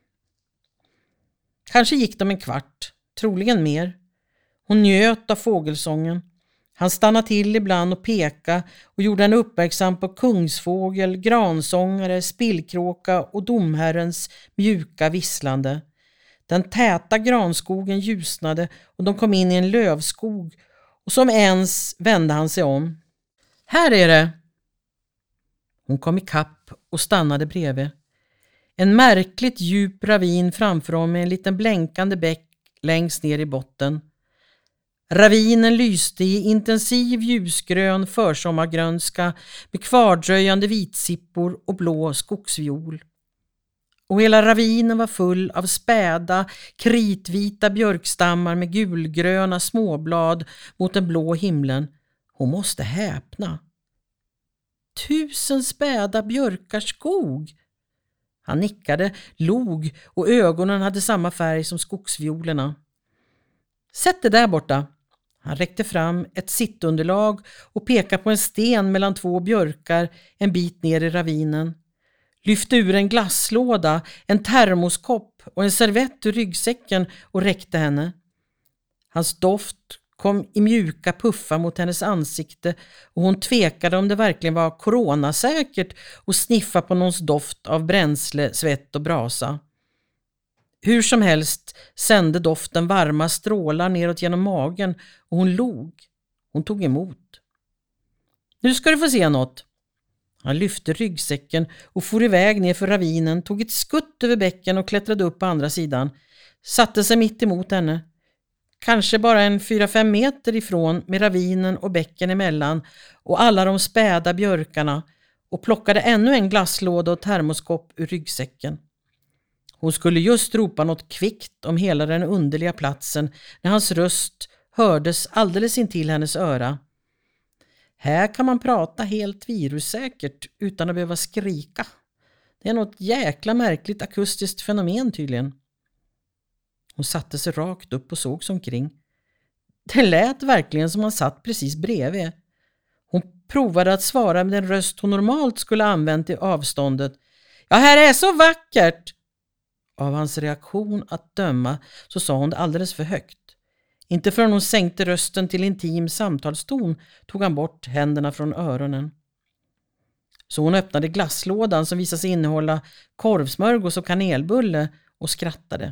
Kanske gick de en kvart, troligen mer. Hon njöt av fågelsången. Han stannade till ibland och pekade och gjorde en uppmärksam på kungsfågel, gransångare, spillkråka och domherrens mjuka visslande. Den täta granskogen ljusnade och de kom in i en lövskog och som ens vände han sig om. Här är det! Hon kom i kapp och stannade bredvid. En märkligt djup ravin framför dem med en liten blänkande bäck längst ner i botten. Ravinen lyste i intensiv ljusgrön försommargrönska med kvardröjande vitsippor och blå skogsviol. Och hela ravinen var full av späda, kritvita björkstammar med gulgröna småblad mot den blå himlen. Hon måste häpna. Tusen späda björkars skog. Han nickade, log och ögonen hade samma färg som skogsviolerna. Sätt det där borta. Han räckte fram ett sittunderlag och pekade på en sten mellan två björkar en bit ner i ravinen. Lyfte ur en glasslåda, en termoskopp och en servett ur ryggsäcken och räckte henne. Hans doft kom i mjuka puffar mot hennes ansikte och hon tvekade om det verkligen var coronasäkert att sniffa på någons doft av bränsle, svett och brasa. Hur som helst sände doften varma strålar neråt genom magen och hon log. Hon tog emot. Nu ska du få se något. Han lyfte ryggsäcken och for iväg ner för ravinen, tog ett skutt över bäcken och klättrade upp på andra sidan. Satte sig mitt emot henne. Kanske bara en fyra fem meter ifrån med ravinen och bäcken emellan och alla de späda björkarna och plockade ännu en glasslåda och termoskop ur ryggsäcken. Hon skulle just ropa något kvickt om hela den underliga platsen när hans röst hördes alldeles intill hennes öra. Här kan man prata helt virussäkert utan att behöva skrika. Det är något jäkla märkligt akustiskt fenomen tydligen. Hon satte sig rakt upp och såg sig omkring. Det lät verkligen som han satt precis bredvid. Hon provade att svara med den röst hon normalt skulle använt i avståndet. Ja, här är så vackert! Av hans reaktion att döma så sa hon det alldeles för högt. Inte förrän hon sänkte rösten till intim samtalston tog han bort händerna från öronen. Så hon öppnade glasslådan som visade sig innehålla korvsmörgås och kanelbulle och skrattade.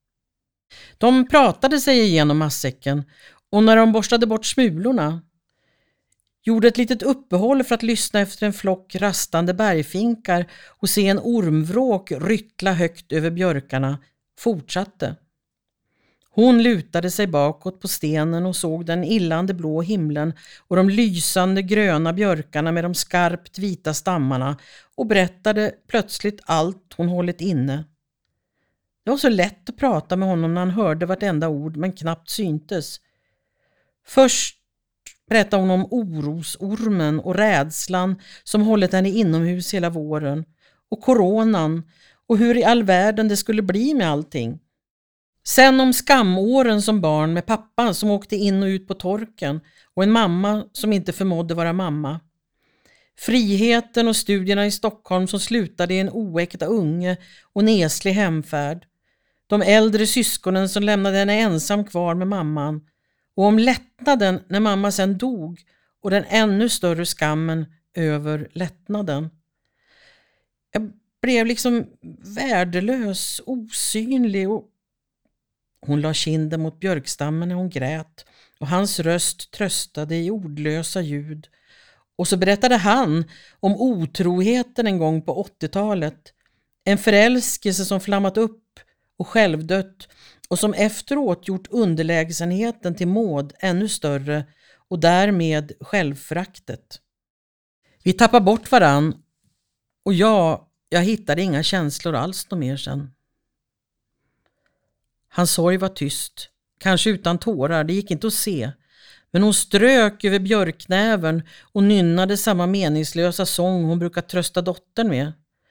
De pratade sig igenom matsäcken och när de borstade bort smulorna gjorde ett litet uppehåll för att lyssna efter en flock rastande bergfinkar och se en ormvråk ryttla högt över björkarna, fortsatte. Hon lutade sig bakåt på stenen och såg den illande blå himlen och de lysande gröna björkarna med de skarpt vita stammarna och berättade plötsligt allt hon hållit inne. Det var så lätt att prata med honom när han hörde vartenda ord men knappt syntes. Först berättade hon om orosormen och rädslan som hållit henne inomhus hela våren och coronan och hur i all världen det skulle bli med allting. Sen om skamåren som barn med pappa som åkte in och ut på torken och en mamma som inte förmådde vara mamma. Friheten och studierna i Stockholm som slutade i en oäkta unge och neslig hemfärd. De äldre syskonen som lämnade henne ensam kvar med mamman. Och om lättnaden när mamma sen dog och den ännu större skammen över lättnaden. Jag blev liksom värdelös, osynlig och hon la kinden mot björkstammen när hon grät och hans röst tröstade i ordlösa ljud. Och så berättade han om otroheten en gång på åttiotalet. En förälskelse som flammat upp och självdött och som efteråt gjort underlägsenheten till Maud ännu större och därmed självföraktet. Vi tappade bort varann och jag, jag hittade inga känslor alls någon mer sen. Hans sorg var tyst, kanske utan tårar, det gick inte att se. Men hon strök över björknävern och nynnade samma meningslösa sång hon brukar trösta dottern med.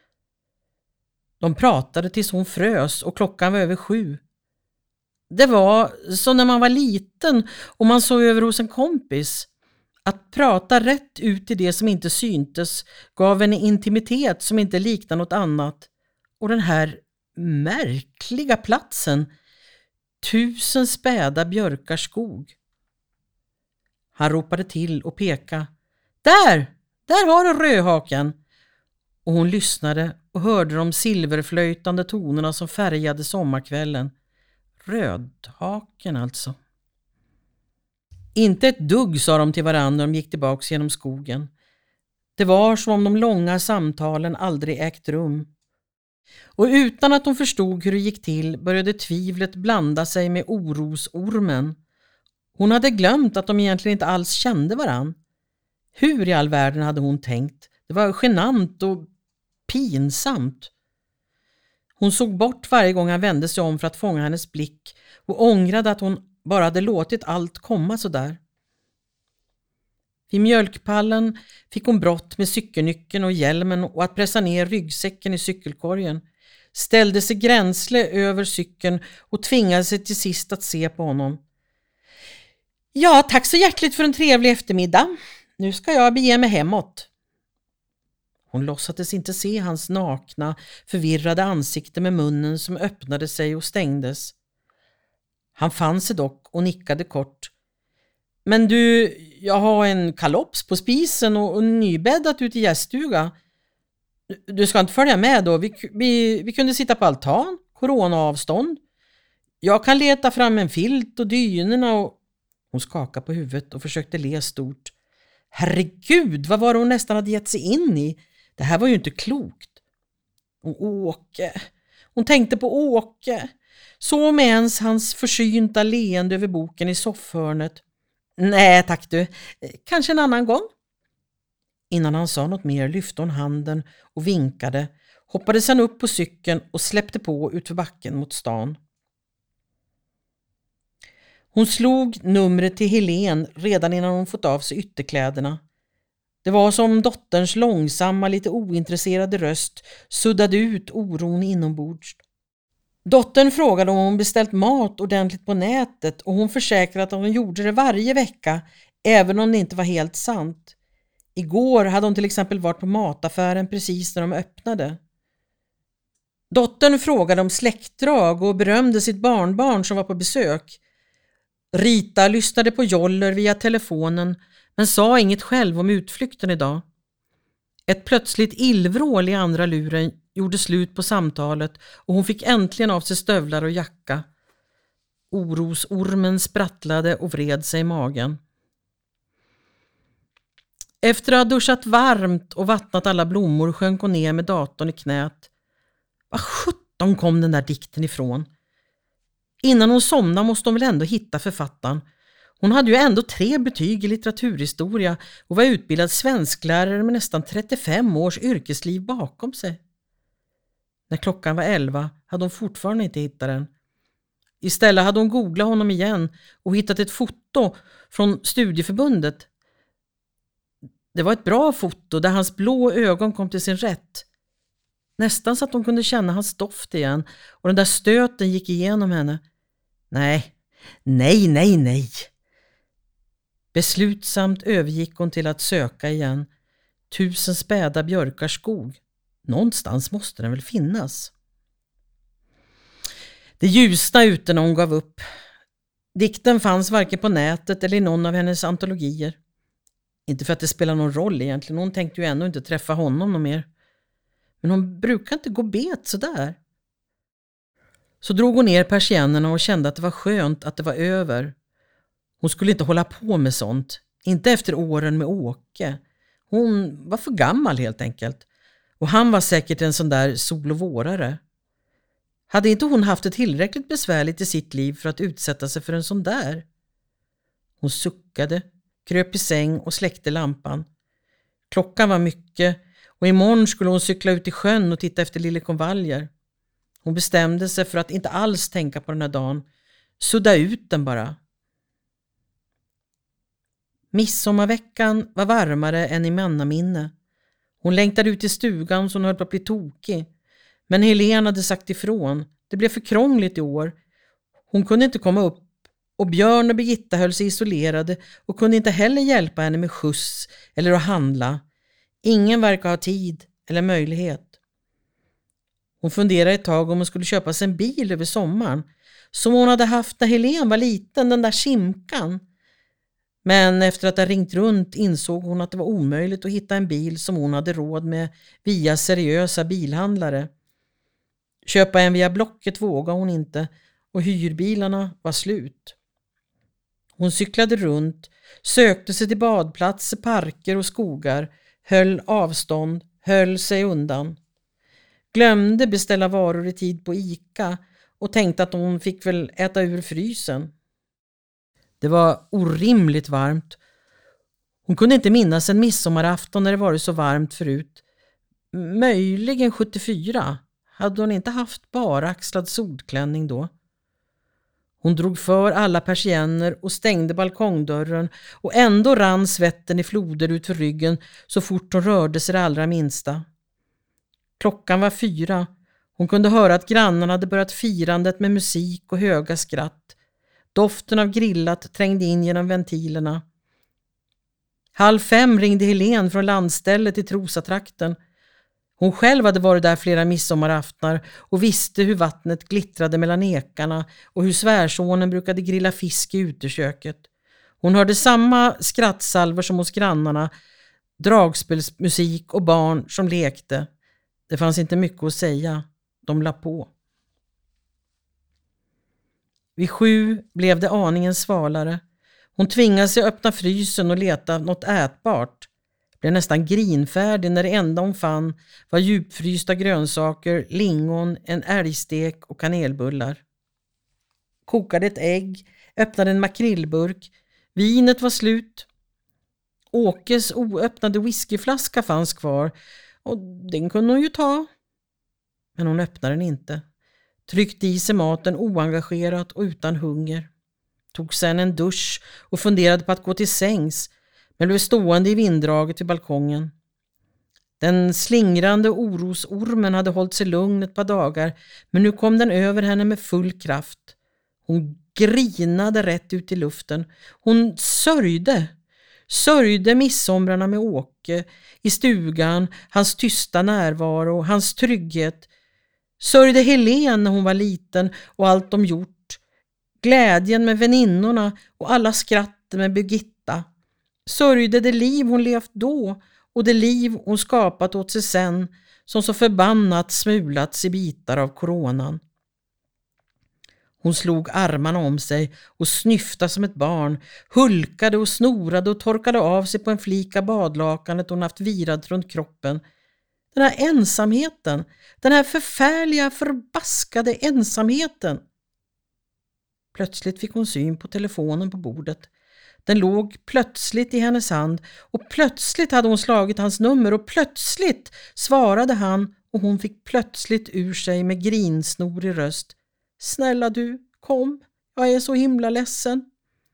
De pratade tills hon frös och klockan var över sju. Det var som när man var liten och man såg över hos en kompis. Att prata rätt ut i det som inte syntes gav en intimitet som inte liknade något annat. Och den här märkliga platsen, tusen späda björkars skog. Han ropade till och pekade. Där, där har du rödhaken. Och hon lyssnade och hörde de silverflöjtande tonerna som färgade sommarkvällen. Rödhaken alltså. Inte ett dugg, sa de till varandra när de gick tillbaka genom skogen. Det var som om de långa samtalen aldrig ägt rum. Och utan att de förstod hur det gick till började tvivlet blanda sig med orosormen. Hon hade glömt att de egentligen inte alls kände varann. Hur i all världen hade hon tänkt? Det var genant och pinsamt. Hon såg bort varje gång han vände sig om för att fånga hennes blick och ångrade att hon bara hade låtit allt komma så där. Vid mjölkpallen fick hon brott med cykelnyckeln och hjälmen och att pressa ner ryggsäcken i cykelkorgen. Ställde sig gränsle över cykeln och tvingade sig till sist att se på honom. Ja, tack så hjärtligt för en trevlig eftermiddag. Nu ska jag bege mig hemåt. Hon låtsades inte se hans nakna, förvirrade ansikte med munnen som öppnade sig och stängdes. Han fann sig dock och nickade kort. Men du, jag har en kalops på spisen och, och nybäddat ute i gäststuga. Du, du ska inte följa med då? Vi, vi, vi kunde sitta på altan, coronaavstånd. Jag kan leta fram en filt och dynorna och... Hon skakade på huvudet och försökte le stort. Herregud, vad var det hon nästan hade gett sig in i? Det här var ju inte klokt. Och Åke. Hon tänkte på Åke. Så med ens hans försynta leende över boken i soffhörnet. Nej tack du, kanske en annan gång. Innan han sa något mer lyfte hon handen och vinkade, hoppade sedan upp på cykeln och släppte på ut för backen mot stan. Hon slog numret till Helen redan innan hon fått av sig ytterkläderna. Det var som dotterns långsamma, lite ointresserade röst suddade ut oron inombords. Dottern frågade om hon beställt mat ordentligt på nätet och hon försäkrade att hon gjorde det varje vecka, även om det inte var helt sant. Igår hade hon till exempel varit på mataffären precis när de öppnade. Dottern frågade om släktdrag och berömde sitt barnbarn som var på besök. Rita lyssnade på joller via telefonen men sa inget själv om utflykten idag. Ett plötsligt illvrål i andra luren gjorde slut på samtalet och hon fick äntligen av sig stövlar och jacka. Orosormen sprattlade och vred sig i magen. Efter att ha duschat varmt och vattnat alla blommor sjönk hon ner med datorn i knät. Vad sjutton kom den där dikten ifrån? Innan hon somnade måste hon väl ändå hitta författaren. Hon hade ju ändå tre betyg i litteraturhistoria och var utbildad svensklärare med nästan trettiofem års yrkesliv bakom sig. När klockan var elva hade hon fortfarande inte hittat den. Istället hade hon googlat honom igen och hittat ett foto från studieförbundet. Det var ett bra foto där hans blå ögon kom till sin rätt. Nästan så att hon kunde känna hans doft igen och den där stöten gick igenom henne. Nej, nej, nej, nej. Beslutsamt övergick hon till att söka igen. Tusen späda björkars skog. Någonstans måste den väl finnas. Det ljusna ute när hon gav upp. Dikten fanns varken på nätet eller i någon av hennes antologier. Inte för att det spelar någon roll egentligen. Hon tänkte ju ändå inte träffa honom någon mer. Men hon brukar inte gå bet så där. Så drog hon ner persiennerna och kände att det var skönt att det var över. Hon skulle inte hålla på med sånt. Inte efter åren med Åke. Hon var för gammal helt enkelt. Och han var säkert en sån där sol- och vårare. Hade inte hon haft det tillräckligt besvärligt i sitt liv för att utsätta sig för en sån där? Hon suckade, kröp i säng och släckte lampan. Klockan var mycket och imorgon skulle hon cykla ut i sjön och titta efter liljekonvaljer. Hon bestämde sig för att inte alls tänka på den här dagen. Sudda ut den bara. Midsommarveckan var varmare än i mannaminne. Hon längtade ut i stugan så hon höll på att bli tokig. Men Helen hade sagt ifrån. Det blev för krångligt i år. Hon kunde inte komma upp och Björn och Birgitta höll sig isolerade och kunde inte heller hjälpa henne med skjuts eller att handla. Ingen verkar ha tid eller möjlighet. Hon funderade ett tag om hon skulle köpa sig en bil över sommaren. Som hon hade haft när Helen var liten, den där Simkan. Men efter att ha ringt runt insåg hon att det var omöjligt att hitta en bil som hon hade råd med via seriösa bilhandlare. Köpa en via Blocket vågade hon inte och hyrbilarna var slut. Hon cyklade runt, sökte sig till badplatser, parker och skogar, höll avstånd, höll sig undan. Glömde beställa varor i tid på Ica och tänkte att hon fick väl äta ur frysen. Det var orimligt varmt. Hon kunde inte minnas en midsommarafton när det varit så varmt förut. Möjligen sjuttiofyra. Hade hon inte haft bara axlad solklänning då? Hon drog för alla persienner och stängde balkongdörren och ändå rann svetten i floder ut för ryggen så fort hon rörde sig det allra minsta. Klockan var fyra. Hon kunde höra att grannarna hade börjat firandet med musik och höga skratt. Doften av grillat trängde in genom ventilerna. Halv fem ringde Helen från landstället i Trosatrakten. Hon själv hade varit där flera midsommaraftnar och visste hur vattnet glittrade mellan ekarna och hur svärsonen brukade grilla fisk i uteköket. Hon hörde samma skrattsalver som hos grannarna, dragspelsmusik och barn som lekte. Det fanns inte mycket att säga. De la på. Vid sju blev det aningen svalare. Hon tvingade sig öppna frysen och leta något ätbart. Blev nästan grinfärdig när det enda hon fann var djupfrysta grönsaker, lingon, en älgstek och kanelbullar. Kokade ett ägg, öppnade en makrillburk. Vinet var slut. Åkes oöppnade whiskyflaska fanns kvar och den kunde hon ju ta. Men hon öppnade den inte. Tryckte i sig maten oengagerat och utan hunger. Tog sedan en dusch och funderade på att gå till sängs, men blev stående i vinddraget vid balkongen. Den slingrande orosormen hade hållit sig lugn ett par dagar, men nu kom den över henne med full kraft. Hon grinade rätt ut i luften. Hon sörjde. Sörjde midsomrarna med Åke i stugan, hans tysta närvaro, hans trygghet. Sörjde Helen när hon var liten och allt de gjort. Glädjen med väninnorna och alla skratten med Birgitta. Sörjde det liv hon levt då och det liv hon skapat åt sig sen, som så förbannat smulats i bitar av coronan. Hon slog armarna om sig och snyftade som ett barn, hulkade och snorade och torkade av sig på en flik av badlakanet hon haft virad runt kroppen. Den här ensamheten, den här förfärliga, förbaskade ensamheten. Plötsligt fick hon syn på telefonen på bordet. Den låg plötsligt i hennes hand och plötsligt hade hon slagit hans nummer och plötsligt svarade han och hon fick plötsligt ur sig med grinsnorig röst: snälla du, kom, jag är så himla ledsen.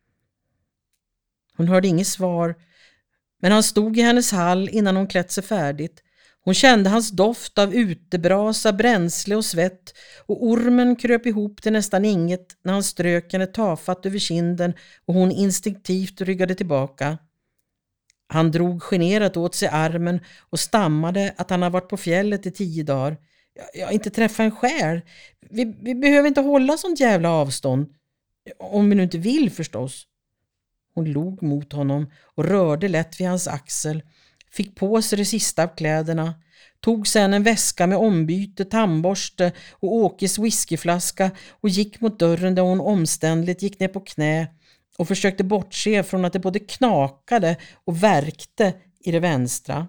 Hon hörde inget svar, men han stod i hennes hall innan hon klätt sig färdigt. Hon kände hans doft av utebrasa, bränsle och svett och ormen kröp ihop till nästan inget när han strök henne tafatt över kinden och hon instinktivt ryggade tillbaka. Han drog generat åt sig armen och stammade att han har varit på fjället i tio dagar. Jag, jag har inte träffat en själ. Vi, vi behöver inte hålla sånt jävla avstånd. Om vi nu inte vill förstås. Hon log mot honom och rörde lätt vid hans axel. Fick på sig det sista av kläderna. Tog sedan en väska med ombyte, tandborste och Åkes whiskyflaska och gick mot dörren där hon omständligt gick ner på knä och försökte bortse från att det både knakade och värkte i det vänstra.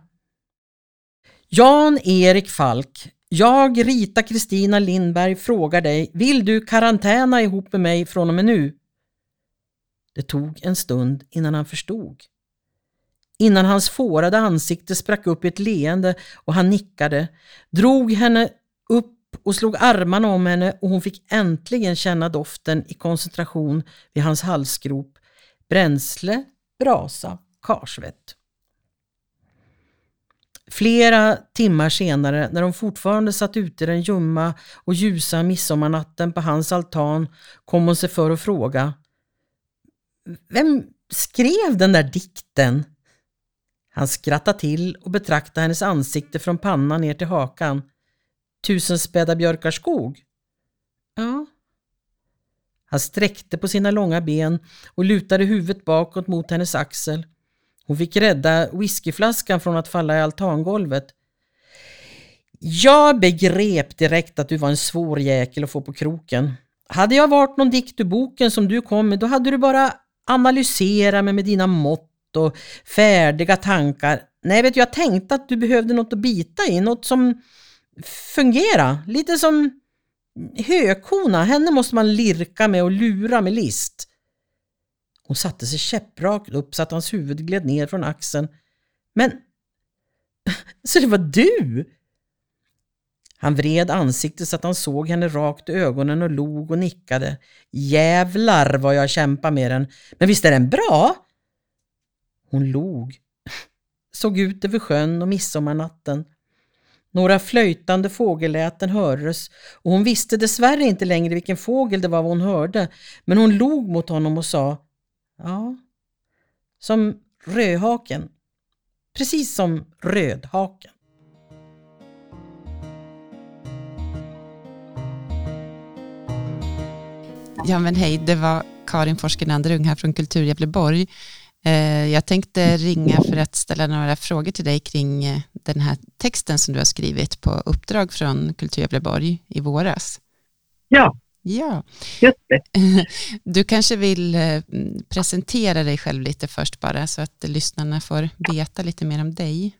Jan-Erik Falk, jag, Rita Kristina Lindberg, frågar dig, vill du karantäna ihop med mig från och med nu? Det tog en stund innan han förstod. Innan hans fårade ansikte sprack upp i ett leende och han nickade, drog henne upp och slog armarna om henne och hon fick äntligen känna doften i koncentration vid hans halsgrop. Bränsle, brasa, karsvett. Flera timmar senare, när de fortfarande satt ute i den ljumma och ljusa midsommarnatten på hans altan, kom hon sig för att fråga: vem skrev den där dikten? Han skrattade till och betraktade hennes ansikte från pannan ner till hakan. Tusen späda björkar skog? Ja. Han sträckte på sina långa ben och lutade huvudet bakåt mot hennes axel. Hon fick rädda whiskyflaskan från att falla i altangolvet. Jag begrep direkt att du var en svår jäkel att få på kroken. Hade jag varit någon dikt ur boken som du kom med, då hade du bara analyserat mig med dina mått och färdiga tankar. Nej, vet du, jag tänkte att du behövde något att bita i, något som fungerar. Lite som hökona, henne måste man lirka med och lura med list. Hon satte sig käpprakt upp så att hans huvud gled ner från axeln. Men, så det var du? Han vred ansiktet så att han såg henne rakt i ögonen och log och nickade. Jävlar vad jag kämpar med den. Men visst är den bra? Hon log. Såg ut över sjön och midsommarnatten. Några flöjtande fågelläten hördes och hon visste dessvärre inte längre vilken fågel det var hon hörde. Men hon log mot honom och sa: ja, som rödhaken. Precis som rödhaken. Ja men hej, det var Karin Forskenander-Ung här från Kultur Gävleborg. Eh, jag tänkte ringa för att ställa några frågor till dig kring eh, den här texten som du har skrivit på uppdrag från Kultur Gävleborg i våras. Ja, Ja. just det. Du kanske vill eh, presentera dig själv lite först bara så att lyssnarna får veta lite mer om dig.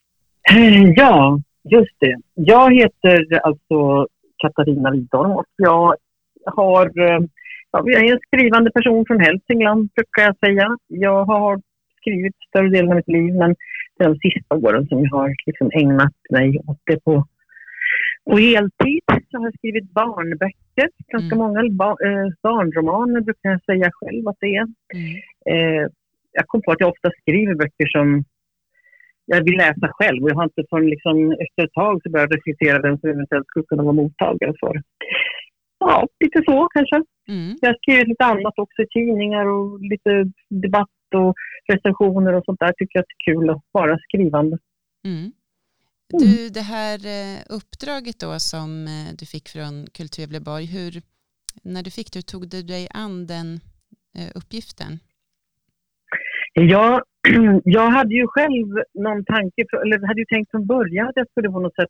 Ja, just det. Jag heter alltså Katarina Widholm och jag har, ja, jag är en skrivande person från Hälsingland brukar jag säga. Jag har skrivit större delen av mitt liv, men de sista åren som jag har liksom ägnat mig åt det på, på heltid så har jag skrivit barnböcker, ganska Mm. många ba, eh, barnromaner brukar jag säga själv att det är. Mm. Eh, jag kom på att jag ofta skriver böcker som jag vill läsa själv och jag har inte från liksom, efter ett tag så börjat reflektera vem som eventuellt skulle kunna vara mottagare för. Ja, lite så kanske. Mm. Jag har skrivit lite annat också i tidningar och lite debatt och recensioner och sånt där. Tycker jag att det är kul att vara skrivande. Mm. Du, det här eh, uppdraget då som eh, du fick från Kultur Gävleborg, hur, när du fick det, hur tog du dig an den eh, uppgiften? Ja, jag hade ju själv någon tanke, för, eller hade ju tänkt från början att jag skulle på något sätt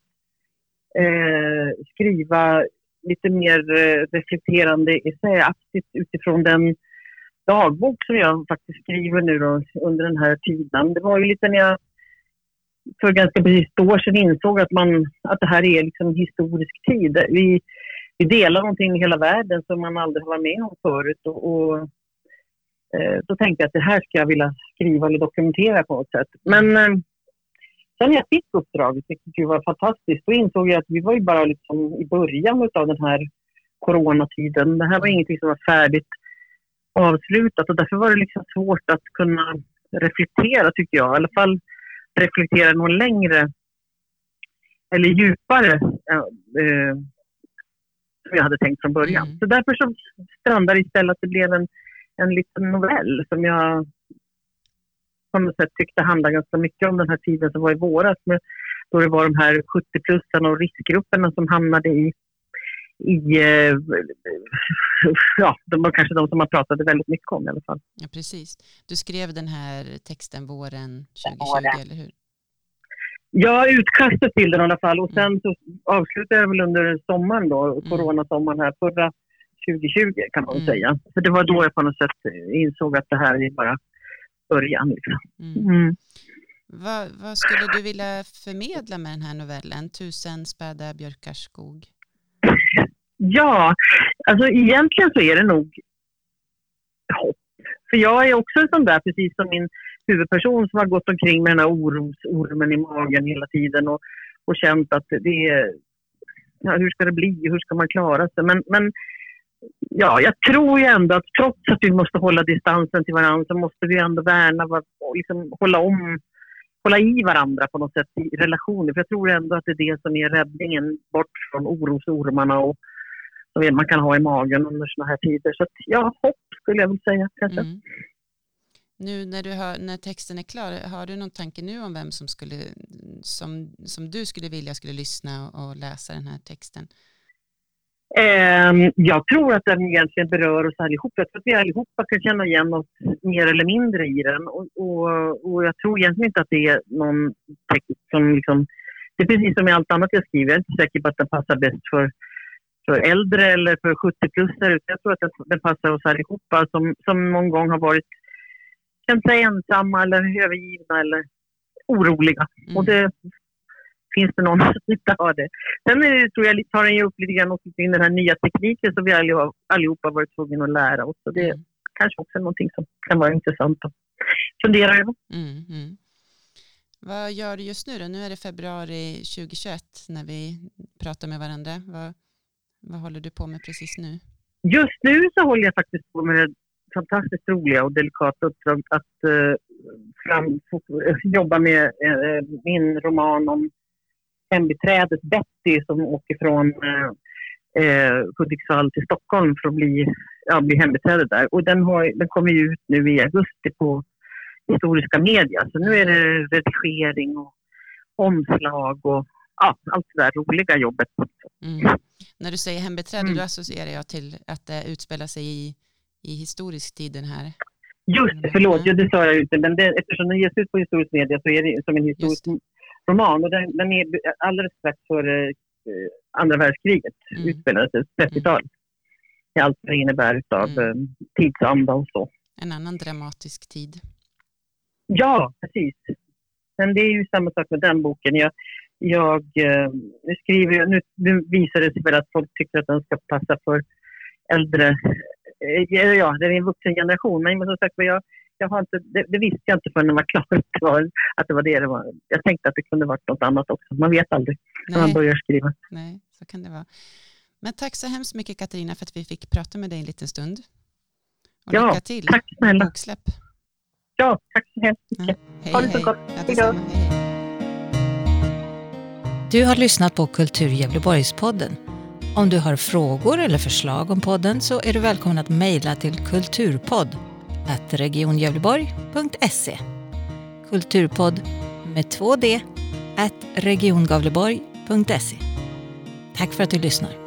eh, skriva lite mer eh, reflekterande essäaktigt utifrån den dagbok som jag faktiskt skriver nu då, under den här tiden. Det var ju lite när jag för ganska precis ett år sedan insåg att, man, att det här är liksom en historisk tid. Vi, vi delar någonting med hela världen som man aldrig har varit med om förut och, och eh, så tänkte jag att det här ska jag vilja skriva eller dokumentera på något sätt. Men eh, sen jag fick uppdraget, vilket ju var fantastiskt, då insåg jag att vi var ju bara liksom i början av den här coronatiden. Det här var ingenting som var färdigt avslutat och därför var det liksom svårt att kunna reflektera tycker jag. I alla fall reflektera någon längre eller djupare eh, som jag hade tänkt från början. Mm. Så därför så strandade istället att det blev en, en liten novell som jag på något sätt tyckte handlade ganska mycket om den här tiden som var i våras. Med, då det var de här sjuttio-plussarna och riskgrupperna som hamnade i, i eh, ja, de var kanske de som man pratade väldigt mycket om i alla fall. Ja, precis. Du skrev den här texten våren tjugo tjugo, eller hur? Ja, utkastet till den i alla fall. Och sen så avslutade jag väl under sommaren då, coronasommaren här, förra tjugo tjugo kan man Mm. säga. Så det var då jag på något sätt insåg att det här är bara början. Liksom. Mm. Mm. Vad, vad skulle du vilja förmedla med den här novellen? Tusen späda björkars skog. Ja, alltså egentligen så är det nog hopp. För jag är också en sån där, precis som min huvudperson som har gått omkring med den här orosormen i magen hela tiden och, och känt att det är, ja, hur ska det bli, hur ska man klara sig? Men, men ja, jag tror ju ändå att trots att vi måste hålla distansen till varandra så måste vi ändå värna och liksom hålla om, hålla i varandra på något sätt i relationer. För jag tror ändå att det är det som är räddningen bort från orosormarna och som man kan ha i magen under såna här tider. Så att, ja, hopp skulle jag väl säga kanske. Mm. Nu när, du har, när texten är klar, har du någon tanke nu om vem som, skulle, som, som du skulle vilja skulle lyssna och, och läsa den här texten? Um, jag tror att den egentligen berör oss allihop. Jag tror att vi allihopa kan känna igen oss mer eller mindre i den. Och, och, och jag tror egentligen inte att det är någon text som liksom... Det är precis som i allt annat jag skriver. Jag är inte säker på att den passar bäst för, för äldre eller för sjuttio-plussare. Jag tror att den, den passar oss allihopa som, som någon gång har varit känt sig ensamma eller övergivna eller oroliga. Mm. Och det... Finns det någon som inte har det. Sen är det, tror jag tar den ju upp lite grann också in den här nya tekniken som vi allihopa varit tvungna att lära oss. Så det är Mm. kanske också någonting som kan vara intressant att fundera över. Mm, mm. Vad gör du just nu då? Nu är det februari tjugohundratjugoett när vi pratar med varandra. Vad, vad håller du på med precis nu? Just nu så håller jag faktiskt på med det fantastiskt roliga och delikata uppdraget att uh, fram, jobba med uh, min roman om hembiträdet Betty som åker från uh, uh, Hudiksvall till Stockholm för att bli, ja, bli hembiträdet där. Och den, har, den kommer ju ut nu i augusti på historiska media. Så nu är det redigering och omslag och ja, allt det där roliga jobbet. Mm. När du säger hembiträde, mm. då associerar jag till att det utspelar sig i, i historisk tid den här. Just det, förlåt, ja, det sa jag inte. Men det, eftersom den ges ut på historisk media så är det som en historisk roman. Och den, den är alldeles strax före eh, andra världskriget mm. utspelades det trettiotal. Mm. Allt vad det innebär av mm. eh, tidsanda och så. En annan dramatisk tid. Ja, precis. Men det är ju samma sak med den boken. Jag, jag eh, nu skriver nu, nu visar det sig väl att folk tycker att den ska passa för äldre, eh, ja, det är en vuxen generation. Men som sagt, jag, jag har inte, det, det visste jag inte förrän den var klar att det var, att det var det det var. Jag tänkte att det kunde varit något annat också. Man vet aldrig när man börjar skriva. Nej, så kan det vara. Men tack så hemskt mycket, Katarina, för att vi fick prata med dig en liten stund. Och ja, lycka till. Tack snälla. Boksläpp. Ja, tack så hemskt mycket. Ja, hej, ha det så hej. gott. Ja, detsamma. Hej, hej. Du har lyssnat på Kultur Gävleborgspodden. Om du har frågor eller förslag om podden så är du välkommen att mejla till kulturpodd snabel-a regiongävleborg punkt se. Kulturpodd med två d at regiongavleborg punkt se. Tack för att du lyssnar.